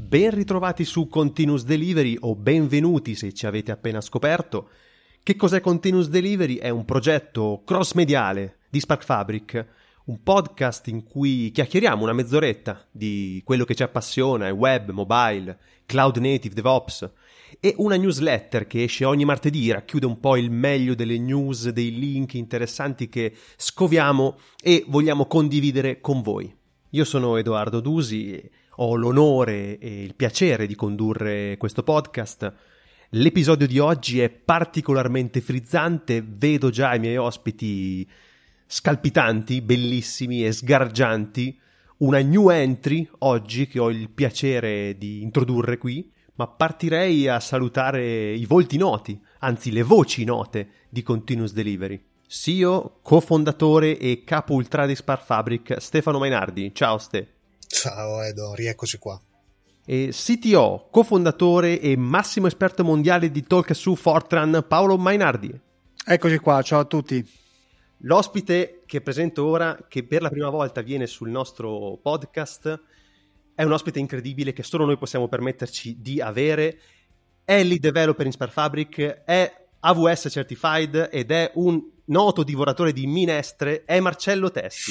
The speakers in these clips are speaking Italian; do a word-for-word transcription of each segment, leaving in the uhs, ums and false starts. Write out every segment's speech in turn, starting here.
ben ritrovati su Continuous Delivery o benvenuti se ci avete appena scoperto. Che cos'è Continuous Delivery? È un progetto cross-mediale di Spark Fabric, un podcast in cui chiacchieriamo una mezz'oretta di quello che ci appassiona, web, mobile, cloud native, DevOps, e una newsletter che esce ogni martedì, racchiude un po' il meglio delle news, dei link interessanti che scoviamo e vogliamo condividere con voi. Io sono Edoardo Dusi e ho l'onore e il piacere di condurre questo podcast. L'episodio di oggi è particolarmente frizzante, vedo già i miei ospiti scalpitanti, bellissimi e sgargianti, una new entry oggi che ho il piacere di introdurre qui, ma partirei a salutare i volti noti, anzi le voci note di Continuous Delivery. C E O, cofondatore e capo ultra di Spark Fabric, Stefano Mainardi. Ciao Ste. Ciao Edo, rieccoci qua. E C T O, cofondatore e massimo esperto mondiale di Talk su Fortran, Paolo Mainardi. Eccoci qua, ciao a tutti. L'ospite che presento ora, che per la prima volta viene sul nostro podcast, è un ospite incredibile che solo noi possiamo permetterci di avere. È lead developer in Spark Fabric, è A W S certified ed è un noto divoratore di minestre, è Marcello Testi.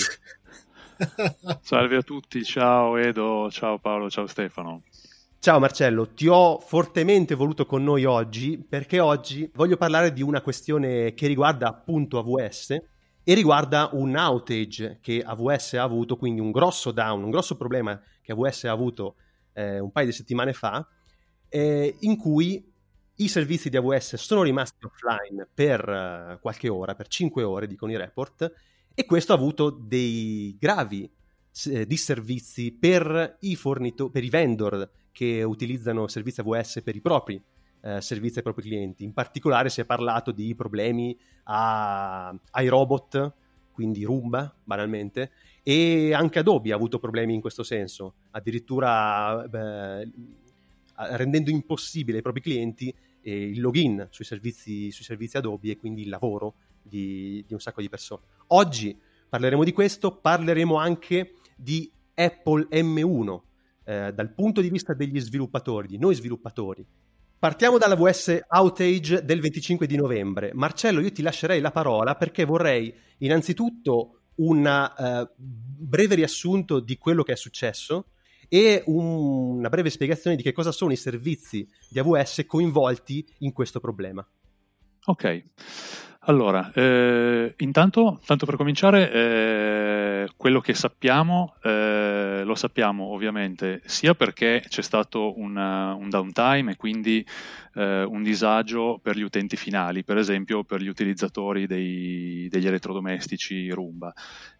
Salve a tutti, ciao Edo, ciao Paolo, ciao Stefano. Ciao Marcello, ti ho fortemente voluto con noi oggi perché oggi voglio parlare di una questione che riguarda appunto A W S e riguarda un outage che A W S ha avuto, quindi un grosso down, un grosso problema che A W S ha avuto eh, un paio di settimane fa, eh, in cui i servizi di A W S sono rimasti offline per uh, qualche ora, per cinque ore, dicono i report, e questo ha avuto dei gravi eh, disservizi per i fornitori, per i vendor che utilizzano servizi A W S per i propri eh, servizi ai propri clienti. In particolare si è parlato di problemi a, ai robot, quindi Roomba, banalmente, e anche Adobe ha avuto problemi in questo senso, addirittura beh, rendendo impossibile ai propri clienti eh, il login sui servizi, sui servizi Adobe e quindi il lavoro di, di un sacco di persone. Oggi parleremo di questo, parleremo anche di Apple M uno eh, dal punto di vista degli sviluppatori, di noi sviluppatori. Partiamo dall'A W S outage del venticinque di novembre. Marcello, io ti lascerei la parola perché vorrei innanzitutto un uh, breve riassunto di quello che è successo e un, una breve spiegazione di che cosa sono i servizi di A W S coinvolti in questo problema. Ok, allora, eh, intanto, tanto per cominciare, eh, quello che sappiamo, eh, lo sappiamo ovviamente sia perché c'è stato una, un downtime e quindi eh, un disagio per gli utenti finali, per esempio per gli utilizzatori dei, degli elettrodomestici Roomba,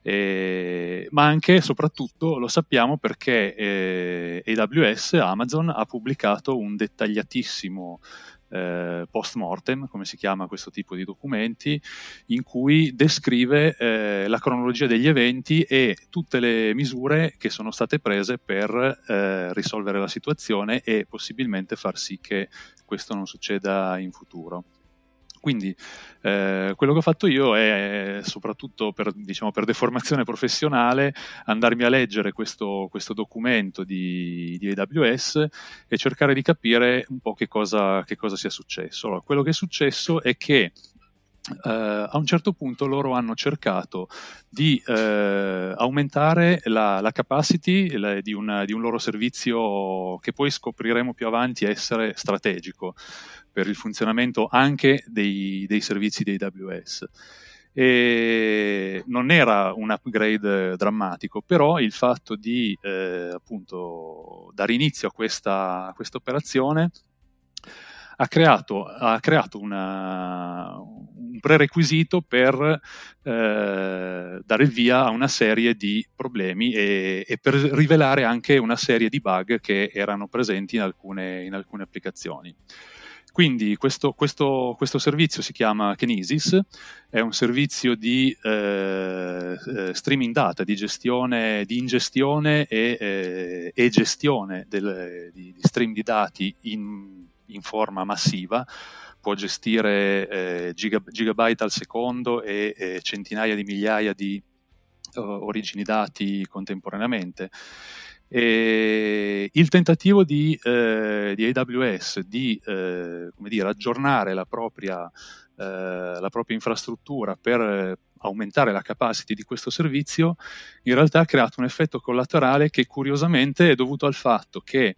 eh, ma anche e soprattutto lo sappiamo perché eh, A W S, Amazon, ha pubblicato un dettagliatissimo Eh, post-mortem, come si chiama questo tipo di documenti, in cui descrive eh, la cronologia degli eventi e tutte le misure che sono state prese per eh, risolvere la situazione e possibilmente far sì che questo non succeda in futuro. Quindi eh, quello che ho fatto io è, soprattutto per, diciamo, per deformazione professionale, andarmi a leggere questo, questo documento di, di A W S e cercare di capire un po' che cosa, che cosa sia successo. Allora, quello che è successo è che Uh, a un certo punto loro hanno cercato di uh, aumentare la, la capacity la, di, una, di un loro servizio che poi scopriremo più avanti essere strategico per il funzionamento anche dei, dei servizi di A W S. E non era un upgrade drammatico, però il fatto di eh, appunto dare inizio a questa, a questa operazione ha creato, ha creato una, un prerequisito per eh, dare il via a una serie di problemi e, e per rivelare anche una serie di bug che erano presenti in alcune, in alcune applicazioni. Quindi questo, questo, questo servizio si chiama Kinesis, è un servizio di eh, streaming data, di gestione, di ingestione e, eh, e gestione del, di, di stream di dati in in forma massiva, può gestire eh, gigab- gigabyte al secondo e, e centinaia di migliaia di uh, origini dati contemporaneamente. E il tentativo di, eh, di A W S di eh, come dire, aggiornare la propria, eh, la propria infrastruttura per eh, aumentare la capacity di questo servizio, in realtà ha creato un effetto collaterale che curiosamente è dovuto al fatto che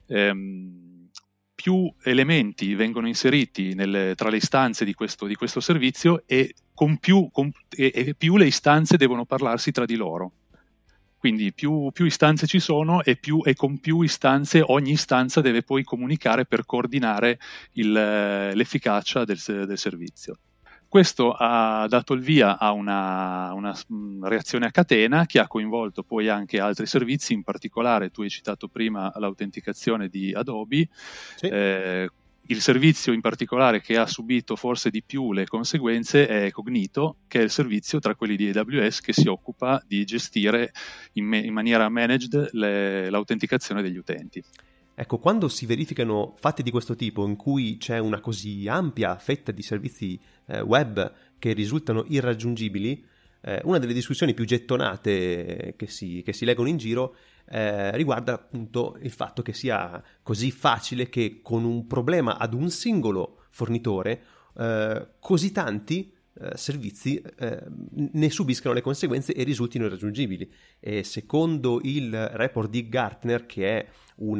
ehm, più elementi vengono inseriti nelle, tra le istanze di questo, di questo servizio e, con più, con, e, e più le istanze devono parlarsi tra di loro. Quindi più, più istanze ci sono e, più, e con più istanze ogni istanza deve poi comunicare per coordinare il, l'efficacia del, del servizio. Questo ha dato il via a una, una reazione a catena che ha coinvolto poi anche altri servizi, in particolare tu hai citato prima l'autenticazione di Adobe, sì. eh, il servizio in particolare che ha subito forse di più le conseguenze è Cognito, che è il servizio tra quelli di A W S che si occupa di gestire in, me- in maniera managed le- l'autenticazione degli utenti. Ecco, quando si verificano fatti di questo tipo in cui c'è una così ampia fetta di servizi eh, web che risultano irraggiungibili, eh, una delle discussioni più gettonate che si, che si leggono in giro eh, riguarda appunto il fatto che sia così facile che con un problema ad un singolo fornitore eh, così tanti eh, servizi eh, ne subiscano le conseguenze e risultino irraggiungibili. E secondo il report di Gartner, che è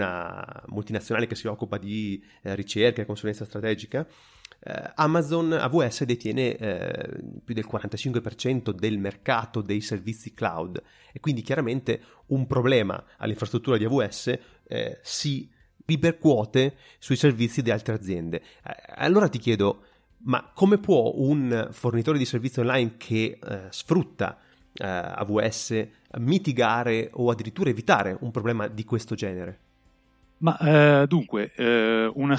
una multinazionale che si occupa di eh, ricerca e consulenza strategica, eh, Amazon A W S detiene eh, più del quarantacinque per cento del mercato dei servizi cloud e quindi chiaramente un problema all'infrastruttura di A W S eh, si ripercuote sui servizi di altre aziende. Eh, allora ti chiedo, ma come può un fornitore di servizi online che eh, sfrutta eh, A W S mitigare o addirittura evitare un problema di questo genere? Ma eh, dunque, eh, una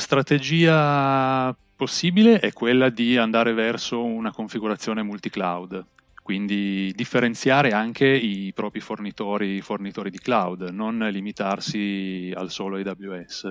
strategia possibile è quella di andare verso una configurazione multi-cloud, quindi differenziare anche i propri fornitori, fornitori di cloud, non limitarsi al solo A W S.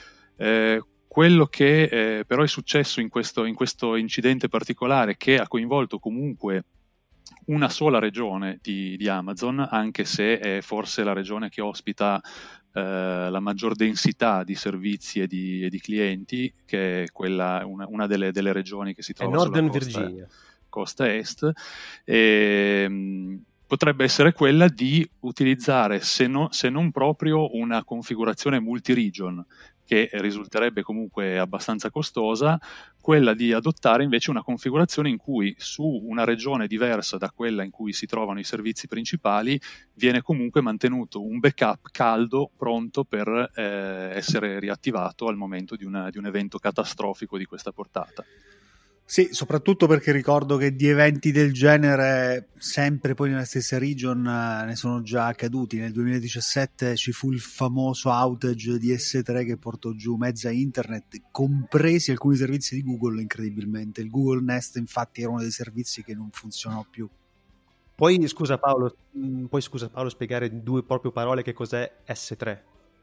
Eh, quello che eh, però è successo in questo, in questo incidente particolare, che ha coinvolto comunque una sola regione di, di Amazon, anche se è forse la regione che ospita eh, la maggior densità di servizi e di, e di clienti, che è quella, una, una delle, delle regioni che si trova è Northern sulla costa, Virginia. costa est, e, mh, potrebbe essere quella di utilizzare, se, no, se non proprio una configurazione multi-region, che risulterebbe comunque abbastanza costosa, quella di adottare invece una configurazione in cui su una regione diversa da quella in cui si trovano i servizi principali viene comunque mantenuto un backup caldo pronto per eh, essere riattivato al momento di, una, di un evento catastrofico di questa portata. Sì, soprattutto perché ricordo che di eventi del genere, sempre poi nella stessa region, ne sono già accaduti. Nel duemiladiciassette ci fu il famoso outage di S tre che portò giù mezza internet, compresi alcuni servizi di Google, incredibilmente. Il Google Nest, infatti, era uno dei servizi che non funzionò più. Poi, scusa Paolo, poi scusa Paolo, spiegare in due proprio parole che cos'è S tre?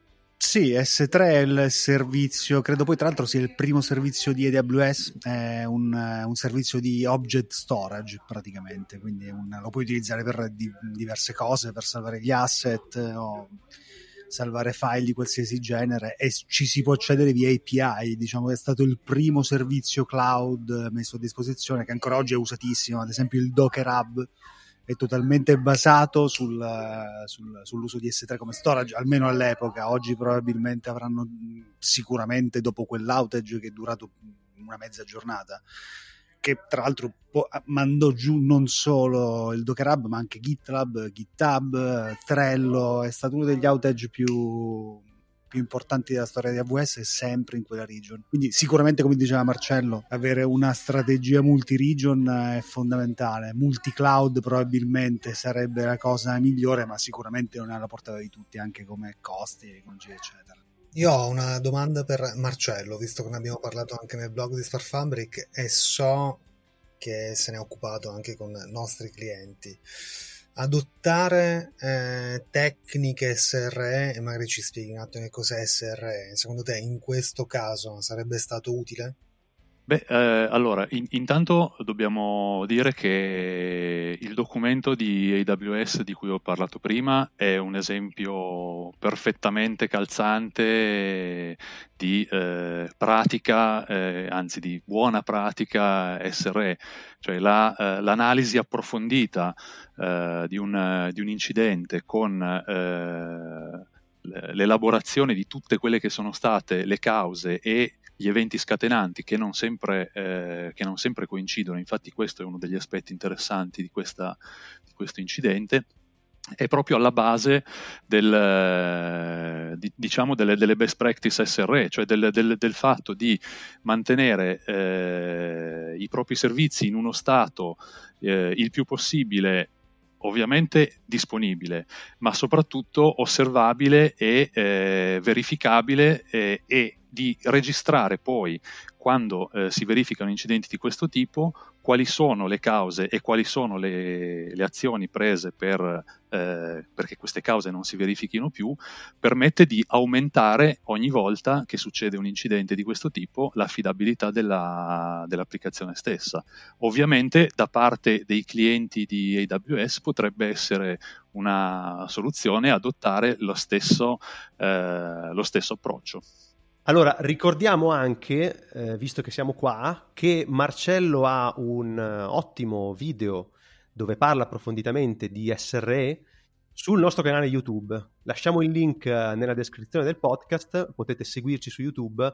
Sì, S tre è il servizio, credo poi tra l'altro sia il primo servizio di A W S, è un, un servizio di object storage praticamente, quindi un, lo puoi utilizzare per di, diverse cose, per salvare gli asset o salvare file di qualsiasi genere, e ci si può accedere via A P I. Diciamo che è stato il primo servizio cloud messo a disposizione, che ancora oggi è usatissimo. Ad esempio il Docker Hub è totalmente basato sul, sul, sull'uso di S tre come storage, almeno all'epoca. Oggi probabilmente avranno, sicuramente dopo quell'outage che è durato una mezza giornata, che tra l'altro po- mandò giù non solo il Docker Hub ma anche GitLab, GitHub, Trello. È stato uno degli outage più più importanti della storia di A W S, è sempre in quella region. Quindi sicuramente, come diceva Marcello, avere una strategia multi-region è fondamentale. Multi-cloud probabilmente sarebbe la cosa migliore, ma sicuramente non è alla portata di tutti, anche come costi, economie, eccetera. Io ho una domanda per Marcello, visto che ne abbiamo parlato anche nel blog di Starfabric e so che se ne è occupato anche con nostri clienti. Adottare eh, tecniche S R E, e magari ci spieghi un attimo che cos'è S R E, secondo te in questo caso sarebbe stato utile? Beh, eh, allora, in- intanto dobbiamo dire che il documento di A W S di cui ho parlato prima è un esempio perfettamente calzante di eh, pratica, eh, anzi di buona pratica S R E, cioè la, eh, l'analisi approfondita eh, di un, di un incidente con eh, l'elaborazione di tutte quelle che sono state le cause e gli eventi scatenanti che non sempre, eh, che non sempre coincidono. Infatti questo è uno degli aspetti interessanti di, questa, di questo incidente, è proprio alla base del, di, diciamo delle, delle best practice S R E, cioè del, del, del fatto di mantenere eh, i propri servizi in uno stato eh, il più possibile ovviamente disponibile, ma soprattutto osservabile e eh, verificabile eh, e di registrare poi, quando eh, si verificano incidenti di questo tipo, quali sono le cause e quali sono le, le azioni prese per, eh, perché queste cause non si verifichino più, permette di aumentare ogni volta che succede un incidente di questo tipo l'affidabilità della, dell'applicazione stessa. Ovviamente da parte dei clienti di A W S potrebbe essere una soluzione adottare lo stesso, eh, lo stesso approccio. Allora, ricordiamo anche, eh, visto che siamo qua, che Marcello ha un uh, ottimo video dove parla approfonditamente di S R E sul nostro canale YouTube. Lasciamo il link uh, nella descrizione del podcast, potete seguirci su YouTube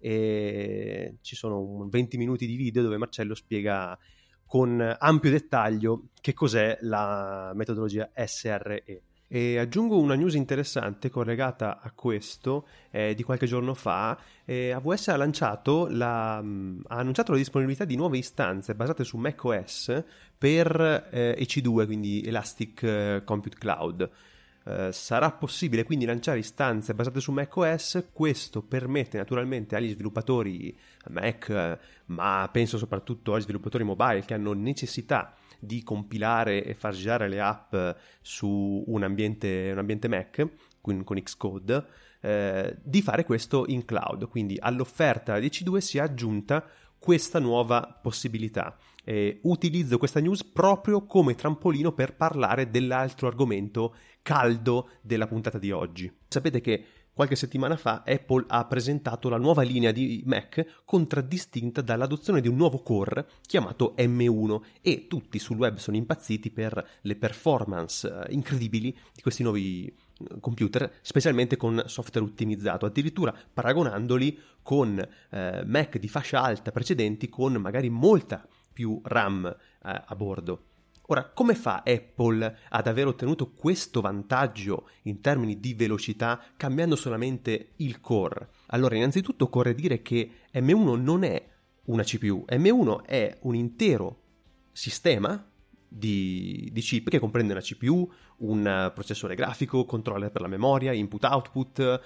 e ci sono un venti minuti di video dove Marcello spiega con ampio dettaglio che cos'è la metodologia S R E. E aggiungo una news interessante collegata a questo, eh, di qualche giorno fa. eh, A W S ha lanciato la, ha annunciato la disponibilità di nuove istanze basate su macOS per eh, E C due, quindi Elastic eh, Compute Cloud. Eh, sarà possibile quindi lanciare istanze basate su macOS. Questo permette naturalmente agli sviluppatori Mac, eh, ma penso soprattutto agli sviluppatori mobile che hanno necessità di compilare e far girare le app su un ambiente, un ambiente Mac con, con Xcode, eh, di fare questo in cloud. Quindi all'offerta di E C due si è aggiunta questa nuova possibilità. Eh, utilizzo questa news proprio come trampolino per parlare dell'altro argomento caldo della puntata di oggi. Sapete che qualche settimana fa Apple ha presentato la nuova linea di Mac contraddistinta dall'adozione di un nuovo core chiamato M uno e tutti sul web sono impazziti per le performance incredibili di questi nuovi computer, specialmente con software ottimizzato, addirittura paragonandoli con eh, Mac di fascia alta precedenti con magari molta più RAM eh, a bordo. Ora, come fa Apple ad aver ottenuto questo vantaggio in termini di velocità cambiando solamente il core? Allora, innanzitutto occorre dire che M uno non è una C P U, M uno è un intero sistema di, di chip che comprende una C P U, un processore grafico, controller per la memoria, input-output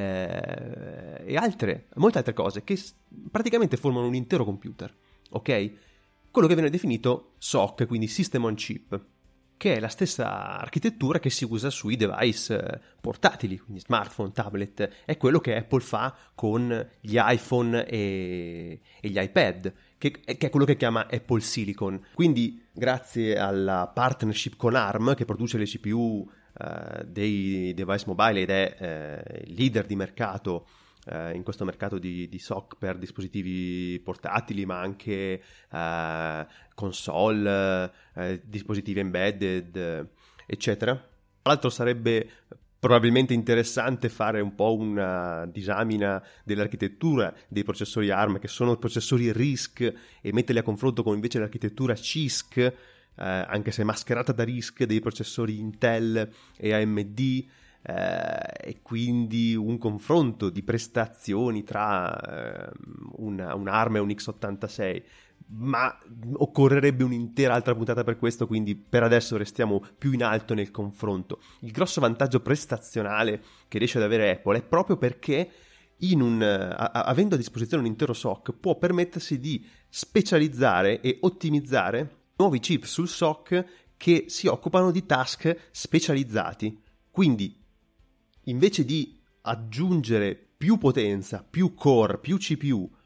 eh, e altre, molte altre cose che praticamente formano un intero computer, ok? Quello che viene definito S O C, quindi System on Chip, che è la stessa architettura che si usa sui device portatili, quindi smartphone, tablet, è quello che Apple fa con gli iPhone e, e gli iPad, che, che è quello che chiama Apple Silicon. Quindi grazie alla partnership con ARM, che produce le C P U eh, dei device mobile ed è eh, il leader di mercato in questo mercato di, di S O C per dispositivi portatili, ma anche eh, console, eh, dispositivi embedded, eccetera. Tra l'altro sarebbe probabilmente interessante fare un po' una disamina dell'architettura dei processori ARM, che sono processori RISC, e metterli a confronto con invece l'architettura C I S C, eh, anche se mascherata da RISC, dei processori Intel e A M D. Eh, e quindi un confronto di prestazioni tra eh, una, un ARM e un X ottantasei, ma occorrerebbe un'intera altra puntata per questo, quindi per adesso restiamo più in alto nel confronto. Il grosso vantaggio prestazionale che riesce ad avere Apple è proprio perché in un, a, avendo a disposizione un intero S O C può permettersi di specializzare e ottimizzare nuovi chip sul S O C che si occupano di task specializzati. Quindi invece di aggiungere più potenza, più core, più C P U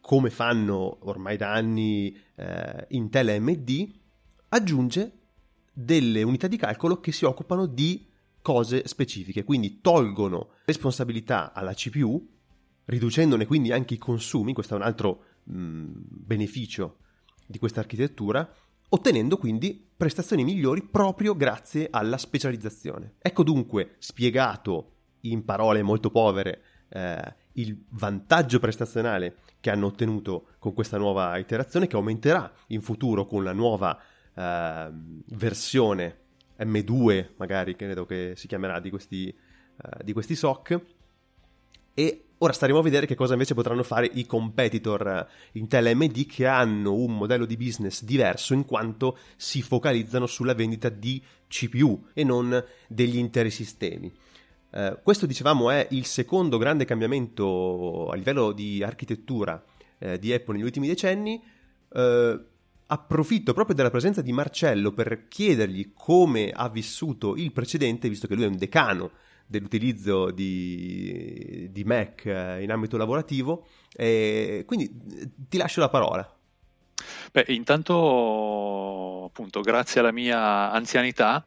come fanno ormai da anni eh, Intel e A M D, aggiunge delle unità di calcolo che si occupano di cose specifiche, quindi tolgono responsabilità alla C P U, riducendone quindi anche i consumi. Questo è un altro mh, beneficio di questa architettura, ottenendo quindi prestazioni migliori proprio grazie alla specializzazione. Ecco dunque spiegato in parole molto povere eh, il vantaggio prestazionale che hanno ottenuto con questa nuova iterazione, che aumenterà in futuro con la nuova eh, versione M due, magari credo che si chiamerà, di questi, eh, di questi S O C. E ora staremo a vedere che cosa invece potranno fare i competitor Intel e A M D, che hanno un modello di business diverso in quanto si focalizzano sulla vendita di C P U e non degli interi sistemi. Uh, questo, dicevamo, è il secondo grande cambiamento a livello di architettura uh, di Apple negli ultimi decenni. Uh, approfitto proprio della presenza di Marcello per chiedergli come ha vissuto il precedente, visto che lui è un decano dell'utilizzo di, di Mac in ambito lavorativo, e quindi ti lascio la parola. Beh, intanto, appunto, grazie alla mia anzianità,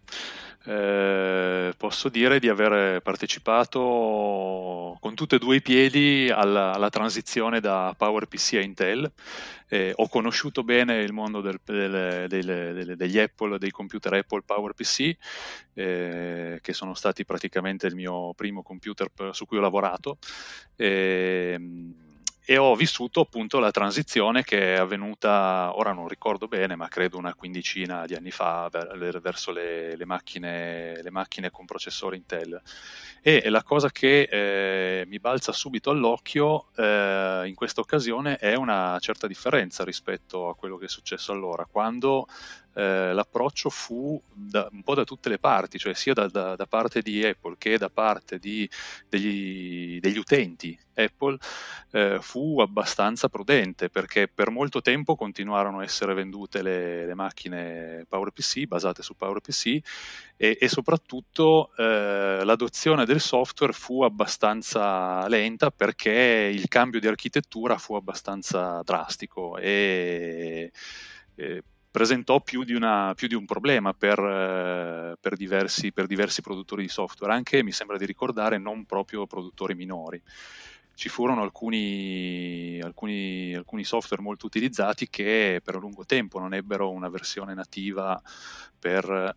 Eh, posso dire di aver partecipato con tutti e due i piedi alla, alla transizione da PowerPC a Intel. Eh, ho conosciuto bene il mondo del, del, del, del, degli Apple, dei computer Apple PowerPC, eh, che sono stati praticamente il mio primo computer su cui ho lavorato. Eh, E ho vissuto appunto la transizione che è avvenuta, ora non ricordo bene, ma credo una quindicina di anni fa, ver- verso le, le, macchine, le macchine con processore Intel. E la cosa che eh, mi balza subito all'occhio eh, in questa occasione è una certa differenza rispetto a quello che è successo allora, quando eh, l'approccio fu da, un po' da tutte le parti, cioè sia da, da, da parte di Apple che da parte di, degli, degli utenti Apple, eh, fu abbastanza prudente, perché per molto tempo continuarono a essere vendute le, le macchine PowerPC basate su PowerPC e, e soprattutto eh, l'adozione del software fu abbastanza lenta, perché il cambio di architettura fu abbastanza drastico e, e presentò più di, una, più di un problema per, eh, per, diversi, per diversi produttori di software, anche, mi sembra di ricordare, non proprio produttori minori. Ci furono alcuni, alcuni, alcuni software molto utilizzati che per un lungo tempo non ebbero una versione nativa per,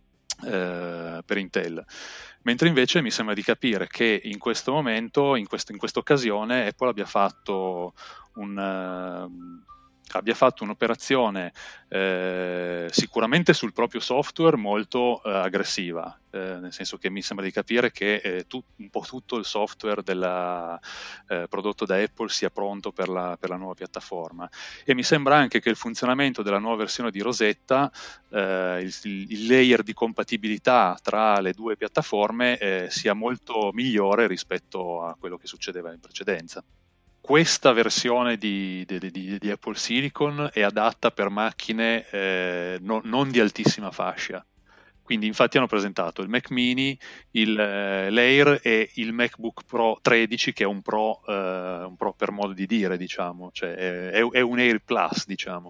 eh, per Intel. Mentre invece mi sembra di capire che in questo momento, in, questo, in questa occasione, Apple abbia fatto un... Uh, abbia fatto un'operazione eh, sicuramente sul proprio software molto eh, aggressiva, eh, nel senso che mi sembra di capire che eh, tu, un po' tutto il software della, eh, prodotto da Apple sia pronto per la, per la nuova piattaforma, e mi sembra anche che il funzionamento della nuova versione di Rosetta, eh, il, il layer di compatibilità tra le due piattaforme eh, sia molto migliore rispetto a quello che succedeva in precedenza. Questa versione di, di, di, di Apple Silicon è adatta per macchine eh, no, non di altissima fascia. Quindi infatti hanno presentato il Mac Mini, il eh, l'Air e il MacBook Pro tredici, che è un Pro, eh, un Pro per modo di dire, diciamo, cioè è, è un Air Plus, diciamo.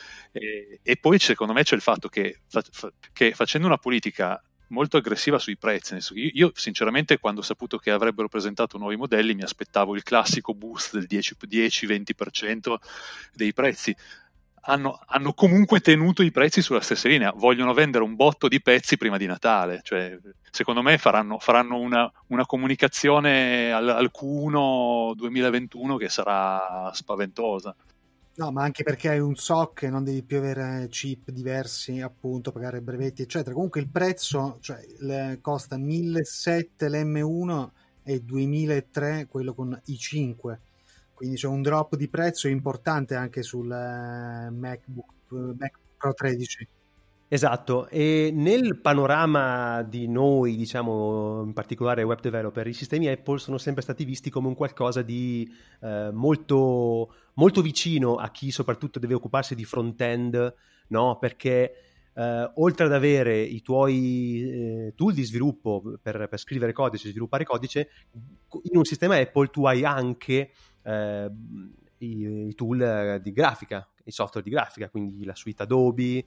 E, e poi secondo me c'è il fatto che, fa, fa, che facendo una politica molto aggressiva sui prezzi. Io, io sinceramente, quando ho saputo che avrebbero presentato nuovi modelli, mi aspettavo il classico boost del dieci venti per cento dei prezzi. Hanno, hanno comunque tenuto i prezzi sulla stessa linea, vogliono vendere un botto di pezzi prima di Natale, cioè, secondo me faranno, faranno una, una comunicazione al, al Q uno duemilaventuno che sarà spaventosa. No, ma anche perché hai un S O C e non devi più avere chip diversi, appunto, pagare brevetti, eccetera. Comunque il prezzo, cioè, le, costa millesettecento l'M uno e duemilatrecento quello con i cinque. Quindi c'è un drop di prezzo importante anche sul uh, MacBook, uh, Mac Pro tredici. Esatto, e nel panorama di noi, diciamo, in particolare web developer, i sistemi Apple sono sempre stati visti come un qualcosa di eh, molto, molto vicino a chi soprattutto deve occuparsi di front-end, no? Perché eh, oltre ad avere i tuoi eh, tool di sviluppo per, per scrivere codice, sviluppare codice, in un sistema Apple tu hai anche eh, i, i tool di grafica, i software di grafica, quindi la suite Adobe,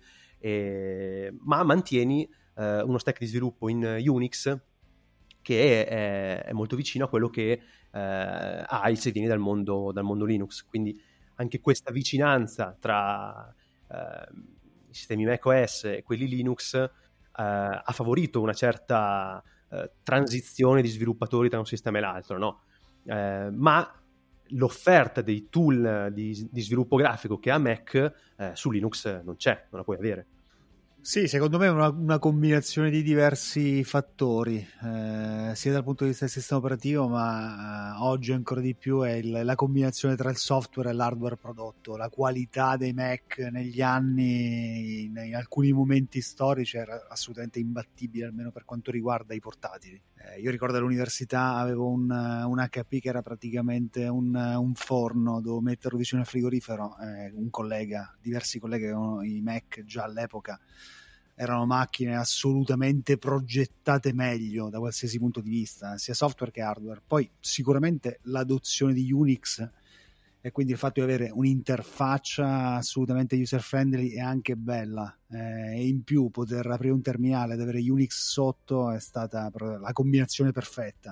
eh, ma mantieni eh, uno stack di sviluppo in Unix che è, è molto vicino a quello che eh, hai se vieni dal mondo, dal mondo Linux. Quindi anche questa vicinanza tra eh, i sistemi macOS e quelli Linux eh, ha favorito una certa eh, transizione di sviluppatori tra un sistema e l'altro, no? Eh, ma l'offerta dei tool di, di sviluppo grafico che ha Mac eh, su Linux non c'è, non la puoi avere. Sì, secondo me è una, una combinazione di diversi fattori, eh, sia dal punto di vista del sistema operativo, ma eh, oggi ancora di più è il, la combinazione tra il software e l'hardware prodotto. La qualità dei Mac negli anni, in, in alcuni momenti storici, era assolutamente imbattibile, almeno per quanto riguarda i portatili. Eh, io ricordo all'università avevo un, un H P che era praticamente un, un forno, dovevo metterlo vicino al frigorifero, eh, un collega, diversi colleghi avevano i Mac già all'epoca. Erano macchine assolutamente progettate meglio da qualsiasi punto di vista, sia software che hardware. Poi sicuramente l'adozione di Unix e quindi il fatto di avere un'interfaccia assolutamente user friendly è anche bella, eh, e in più poter aprire un terminale ed avere Unix sotto è stata la combinazione perfetta.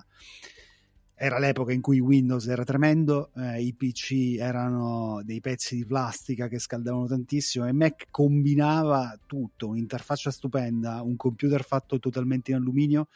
Era l'epoca in cui Windows era tremendo, eh, i P C erano dei pezzi di plastica che scaldavano tantissimo e Mac combinava tutto, un'interfaccia stupenda, un computer fatto totalmente in alluminio,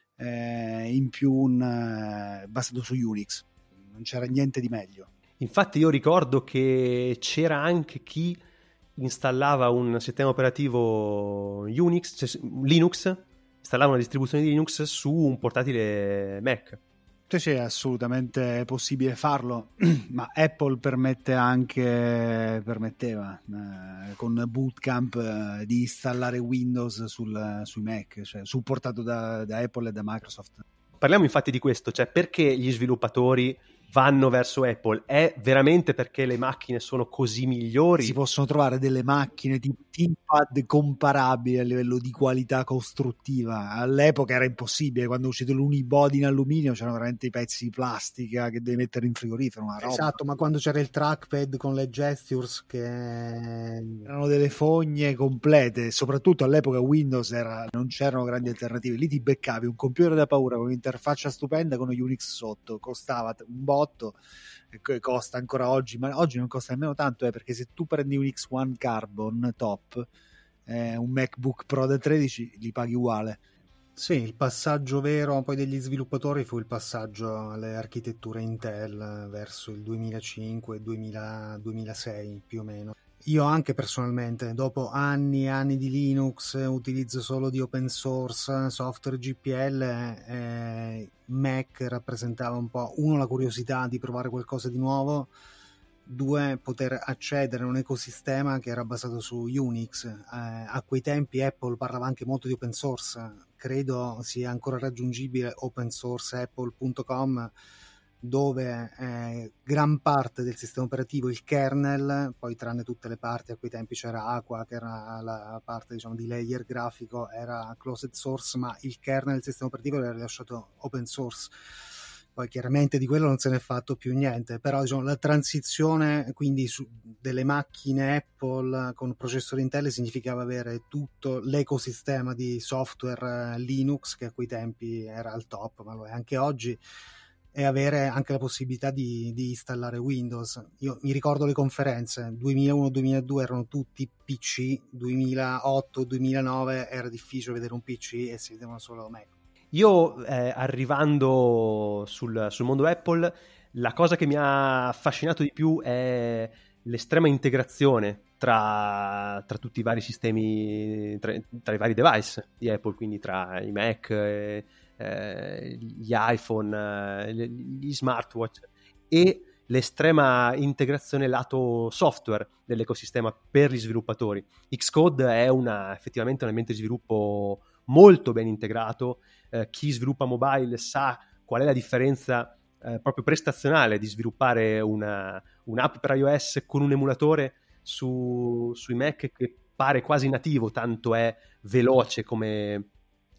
eh, in più un, eh, basato su Unix. Non c'era niente di meglio. Infatti io ricordo che c'era anche chi installava un sistema operativo Unix, cioè Linux, installava una distribuzione di Linux su un portatile Mac. Sì, sì, è assolutamente possibile farlo, ma Apple permette anche, permetteva eh, con Bootcamp eh, di installare Windows sul, sui Mac, cioè supportato da, da Apple e da Microsoft. Parliamo infatti di questo, cioè perché gli sviluppatori vanno verso Apple? È veramente perché le macchine sono così migliori? Si possono trovare delle macchine tipo ThinkPad comparabili a livello di qualità costruttiva. All'epoca era impossibile, quando è uscito l'unibody in alluminio c'erano veramente i pezzi di plastica che devi mettere in frigorifero, una roba. Esatto, ma quando c'era il trackpad con le gestures che erano delle fogne complete, soprattutto all'epoca Windows era, non c'erano grandi alternative, lì ti beccavi un computer da paura con un'interfaccia stupenda con Unix sotto, costava un botto, costa ancora oggi, ma oggi non costa nemmeno tanto, eh, perché se tu prendi un X uno Carbon top, eh, un MacBook Pro da tredici, li paghi uguale. Sì, il passaggio vero poi degli sviluppatori fu il passaggio alle architetture Intel verso il duemilacinque duemila, duemilasei più o meno. Io anche personalmente, dopo anni e anni di Linux, utilizzo solo di open source, software G P L, eh, Mac rappresentava un po', uno, la curiosità di provare qualcosa di nuovo, due, poter accedere a un ecosistema che era basato su Unix. Eh, a quei tempi Apple parlava anche molto di open source, credo sia ancora raggiungibile open source apple punto com, dove eh, gran parte del sistema operativo, il kernel, poi tranne tutte le parti, a quei tempi c'era Aqua che era la parte, diciamo, di layer grafico, era closed source, ma il kernel del sistema operativo era rilasciato open source. Poi chiaramente di quello non se n'è fatto più niente, però diciamo, la transizione quindi su delle macchine Apple con processori Intel significava avere tutto l'ecosistema di software Linux, che a quei tempi era al top, ma lo è anche oggi, e avere anche la possibilità di, di installare Windows. Io mi ricordo le conferenze, duemilauno duemiladue erano tutti P C, duemilaotto duemilanove era difficile vedere un P C e si vedevano solo Mac. Io eh, arrivando sul, sul mondo Apple, la cosa che mi ha affascinato di più è l'estrema integrazione tra, tra tutti i vari sistemi, tra, tra i vari device di Apple, quindi tra i Mac, eh, eh, gli iPhone, eh, gli smartwatch, e l'estrema integrazione lato software dell'ecosistema per gli sviluppatori. Xcode è una, effettivamente un ambiente di sviluppo molto ben integrato. Eh, chi sviluppa mobile sa qual è la differenza eh, proprio prestazionale di sviluppare una, un'app per iOS con un emulatore su, sui Mac che pare quasi nativo, tanto è veloce come,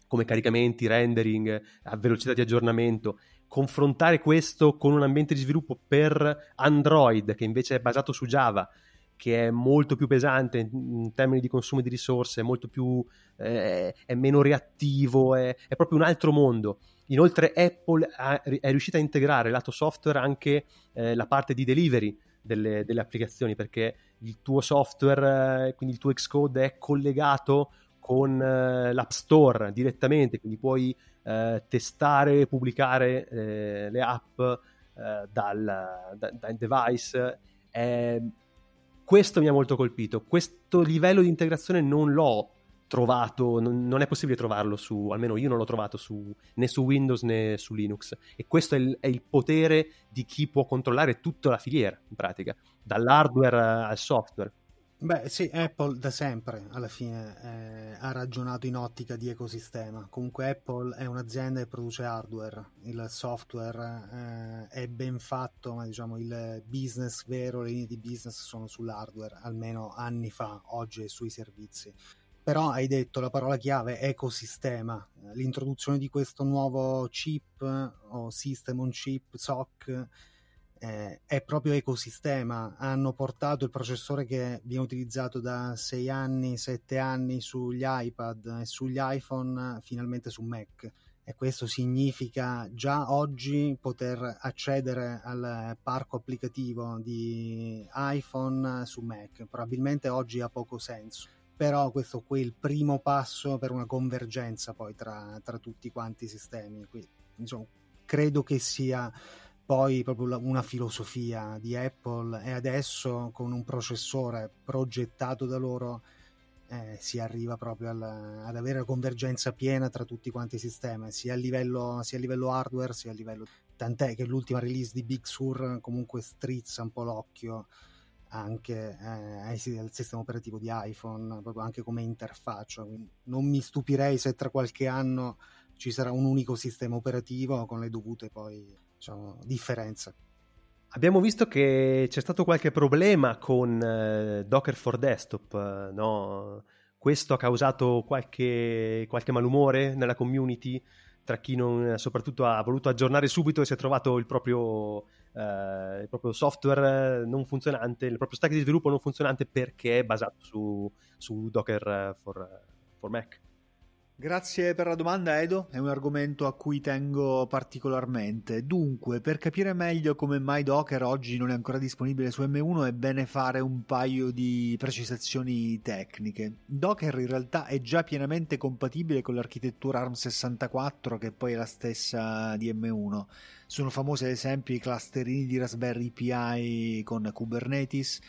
come caricamenti, rendering, a velocità di aggiornamento. Confrontare questo con un ambiente di sviluppo per Android che invece è basato su Java, che è molto più pesante in termini di consumo di risorse, è molto più eh, è meno reattivo, è, è proprio un altro mondo. Inoltre Apple ha, è riuscita a integrare lato software anche eh, la parte di delivery delle, delle applicazioni, perché il tuo software, eh, quindi il tuo Xcode è collegato con eh, l'App Store direttamente, quindi puoi eh, testare e pubblicare eh, le app eh, dal, da, dal device. Eh, questo mi ha molto colpito. Questo livello di integrazione non l'ho trovato, non, non è possibile trovarlo su, almeno io non l'ho trovato su, né su Windows né su Linux, e questo è il, è il potere di chi può controllare tutta la filiera in pratica, dall'hardware al software. Beh sì, Apple da sempre alla fine eh, ha ragionato in ottica di ecosistema. Comunque Apple è un'azienda che produce hardware, il software eh, è ben fatto, ma diciamo il business vero, le linee di business sono sull'hardware, almeno anni fa, oggi è sui servizi. Però hai detto la parola chiave ecosistema, l'introduzione di questo nuovo chip o system on chip, S O C, Eh, è proprio ecosistema. Hanno portato il processore che viene utilizzato da sei anni, sette anni sugli iPad e sugli iPhone finalmente su Mac, e questo significa già oggi poter accedere al parco applicativo di iPhone su Mac. Probabilmente oggi ha poco senso, però questo qui è il primo passo per una convergenza poi tra, tra tutti quanti i sistemi. Quindi, diciamo, credo che sia poi proprio una filosofia di Apple, e adesso con un processore progettato da loro eh, si arriva proprio al, ad avere la convergenza piena tra tutti quanti i sistemi, sia a livello, sia a livello hardware sia a livello, tant'è che l'ultima release di Big Sur comunque strizza un po' l'occhio anche eh, al sistema operativo di iPhone, proprio anche come interfaccia. Quindi non mi stupirei se tra qualche anno ci sarà un unico sistema operativo con le dovute poi, diciamo, differenze. Abbiamo visto che c'è stato qualche problema con eh, Docker for Desktop, eh, no? Questo ha causato qualche, qualche malumore nella community tra chi non, soprattutto ha voluto aggiornare subito e si è trovato il proprio, eh, il proprio software non funzionante, il proprio stack di sviluppo non funzionante perché è basato su, su Docker for, for Mac. Grazie per la domanda, Edo, è un argomento a cui tengo particolarmente. Dunque, per capire meglio come mai Docker oggi non è ancora disponibile su M uno è bene fare un paio di precisazioni tecniche. Docker in realtà è già pienamente compatibile con l'architettura ARM sessantaquattro, che poi è la stessa di M uno. Sono famosi ad esempio i clusterini di Raspberry Pi con Kubernetes,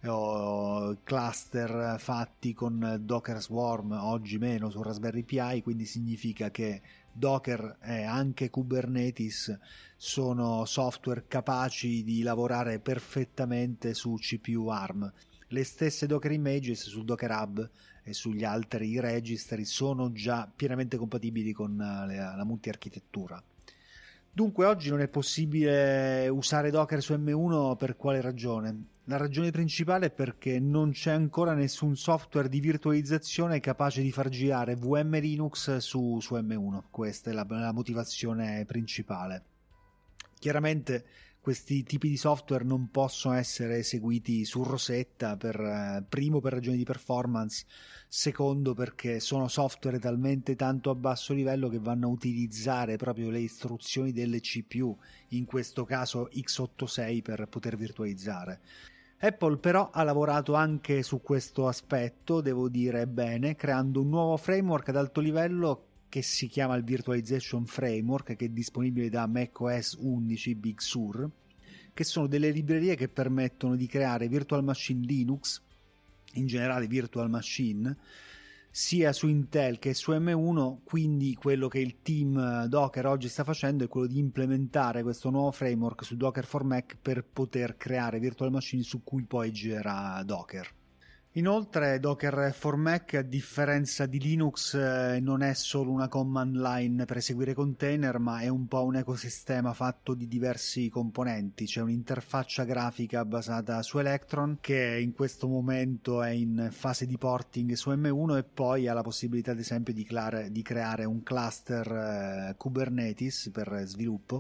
o cluster fatti con Docker Swarm, oggi meno su Raspberry Pi, quindi significa che Docker e anche Kubernetes sono software capaci di lavorare perfettamente su C P U ARM. Le stesse Docker Images su Docker Hub e sugli altri registri sono già pienamente compatibili con la, la multi-architettura. Dunque oggi non è possibile usare Docker su M uno per quale ragione? La ragione principale è perché non c'è ancora nessun software di virtualizzazione capace di far girare V M Linux su, su M uno. Questa è la, la motivazione principale. Chiaramente questi tipi di software non possono essere eseguiti su Rosetta, per, primo per ragioni di performance, secondo perché sono software talmente tanto a basso livello che vanno a utilizzare proprio le istruzioni delle C P U, in questo caso x ottantasei, per poter virtualizzare. Apple però ha lavorato anche su questo aspetto, devo dire bene, creando un nuovo framework ad alto livello che si chiama il Virtualization Framework, che è disponibile da macOS undici Big Sur, che sono delle librerie che permettono di creare virtual machine Linux, in generale virtual machine, sia su Intel che su M uno. Quindi quello che il team Docker oggi sta facendo è quello di implementare questo nuovo framework su Docker for Mac per poter creare virtual machine su cui poi girerà Docker. Inoltre Docker for Mac, a differenza di Linux, eh, non è solo una command line per eseguire container, ma è un po' un ecosistema fatto di diversi componenti. C'è un'interfaccia grafica basata su Electron, che in questo momento è in fase di porting su M uno, e poi ha la possibilità ad esempio di, clare, di creare un cluster eh, Kubernetes per sviluppo,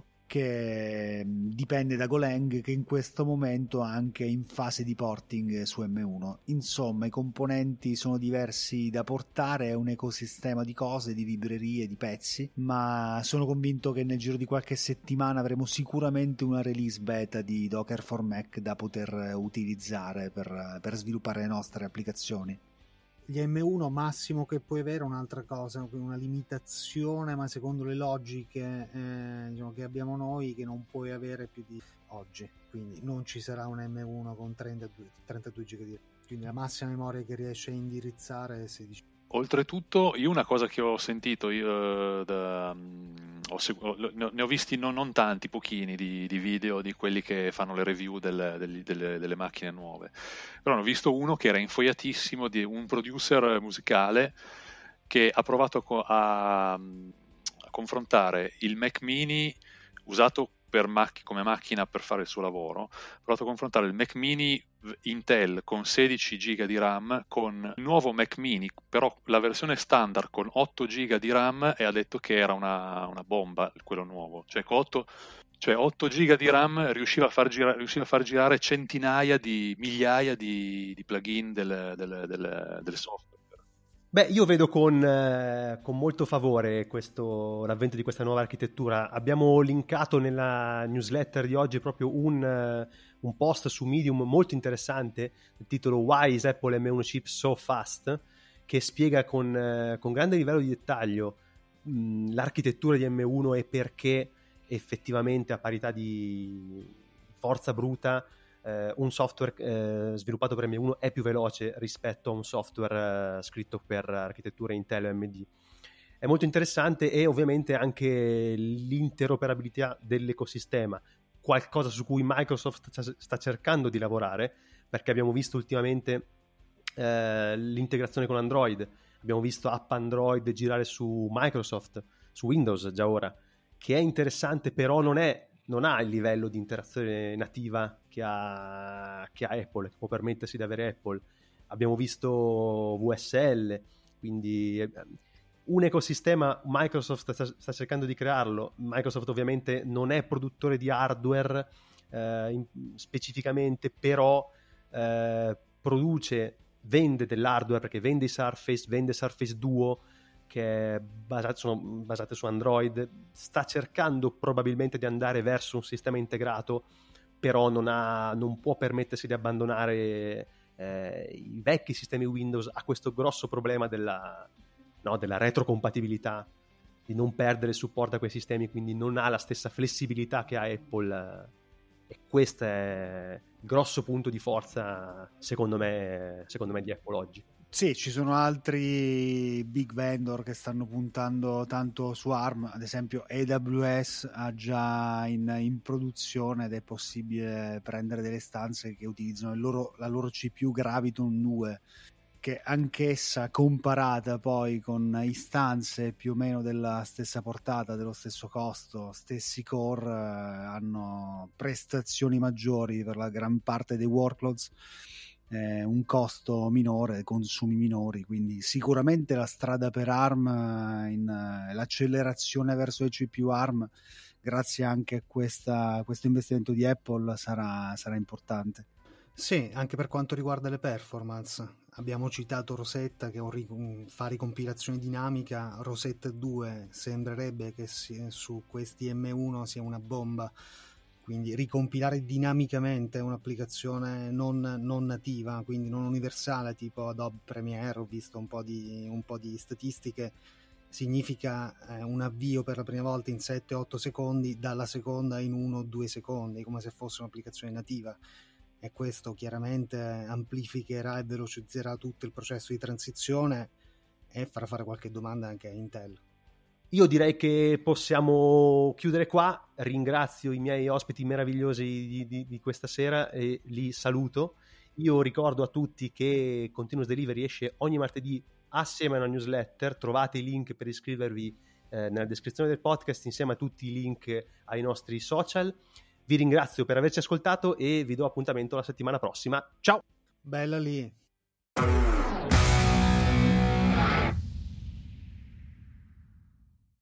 che dipende da Golang, che in questo momento è anche in fase di porting su M uno. Insomma, i componenti sono diversi da portare, è un ecosistema di cose, di librerie, di pezzi, ma sono convinto che nel giro di qualche settimana avremo sicuramente una release beta di Docker for Mac da poter utilizzare per, per sviluppare le nostre applicazioni. Gli M uno massimo che puoi avere è un'altra cosa, una limitazione, ma secondo le logiche eh, diciamo, che abbiamo noi, che non puoi avere più di oggi, quindi non ci sarà un M uno con trentadue, trentadue giga di RAM, quindi la massima memoria che riesce a indirizzare è sedici. Oltretutto, io una cosa che ho sentito, io, da, um, ho segu- ne ho visti non, non tanti, pochini di, di video di quelli che fanno le review del, del, delle, delle macchine nuove, però ho visto uno che era infoiatissimo, di un producer musicale che ha provato a, a confrontare il Mac Mini usato per mac- come macchina per fare il suo lavoro, ho provato a confrontare il Mac Mini Intel con sedici giga di RAM con il nuovo Mac Mini, però la versione standard con otto giga di RAM, e ha detto che era una, una bomba quello nuovo, cioè con otto, cioè otto giga di RAM riusciva a far girare, riusciva a far girare centinaia di migliaia di, di plugin del, del, del, del software. Beh, io vedo con, eh, con molto favore questo, l'avvento di questa nuova architettura. Abbiamo linkato nella newsletter di oggi proprio un, uh, un post su Medium molto interessante, il titolo Why is Apple M uno Chip So Fast?, che spiega con, uh, con grande livello di dettaglio mh, l'architettura di M uno e perché effettivamente a parità di forza bruta Uh, un software uh, sviluppato per M uno è più veloce rispetto a un software uh, scritto per architetture Intel o A M D. È molto interessante, e ovviamente anche l'interoperabilità dell'ecosistema, qualcosa su cui Microsoft sta cercando di lavorare, perché abbiamo visto ultimamente uh, l'integrazione con Android, abbiamo visto app Android girare su Microsoft, su Windows già ora, che è interessante, però non è non ha il livello di interazione nativa che ha, che ha Apple, che può permettersi di avere Apple. Abbiamo visto V S L, quindi un ecosistema Microsoft sta, sta cercando di crearlo. Microsoft ovviamente non è produttore di hardware eh, in, specificamente, però eh, produce, vende dell'hardware, perché vende i Surface, vende Surface Duo, che basate, sono basate su Android, sta cercando probabilmente di andare verso un sistema integrato, però non, ha, non può permettersi di abbandonare eh, i vecchi sistemi Windows. Ha questo grosso problema della, no, della retrocompatibilità, di non perdere il supporto a quei sistemi, quindi non ha la stessa flessibilità che ha Apple, e questo è il grosso punto di forza secondo me, secondo me di Apple oggi. Sì, ci sono altri big vendor che stanno puntando tanto su ARM, ad esempio A W S ha già in, in produzione, ed è possibile prendere delle stanze che utilizzano il loro, la loro C P U Graviton due, che anch'essa comparata poi con istanze più o meno della stessa portata, dello stesso costo, stessi core, eh, hanno prestazioni maggiori per la gran parte dei workloads, eh, un costo minore, consumi minori, quindi sicuramente la strada per ARM, in, eh, l'accelerazione verso il C P U ARM, grazie anche a questa, questo investimento di Apple, sarà, sarà importante. Sì, anche per quanto riguarda le performance. Abbiamo citato Rosetta, che fa ricompilazione dinamica. Rosetta due sembrerebbe che su questi M uno sia una bomba, quindi ricompilare dinamicamente un'applicazione non, non nativa, quindi non universale, tipo Adobe Premiere. Ho visto un po' di, un po' di statistiche, significa eh, un avvio per la prima volta in sette otto secondi, dalla seconda in uno due secondi, come se fosse un'applicazione nativa, e questo chiaramente amplificherà e velocizzerà tutto il processo di transizione e farà fare qualche domanda anche a Intel. Io direi che possiamo chiudere qua. Ringrazio i miei ospiti meravigliosi di, di, di questa sera e li saluto, Io ricordo a tutti che Continuous Delivery esce ogni martedì assieme a una newsletter. Trovate i link per iscrivervi eh, nella descrizione del podcast, insieme a tutti i link ai nostri social. Vi ringrazio per averci ascoltato e vi do appuntamento la settimana prossima. Ciao! Bella lì!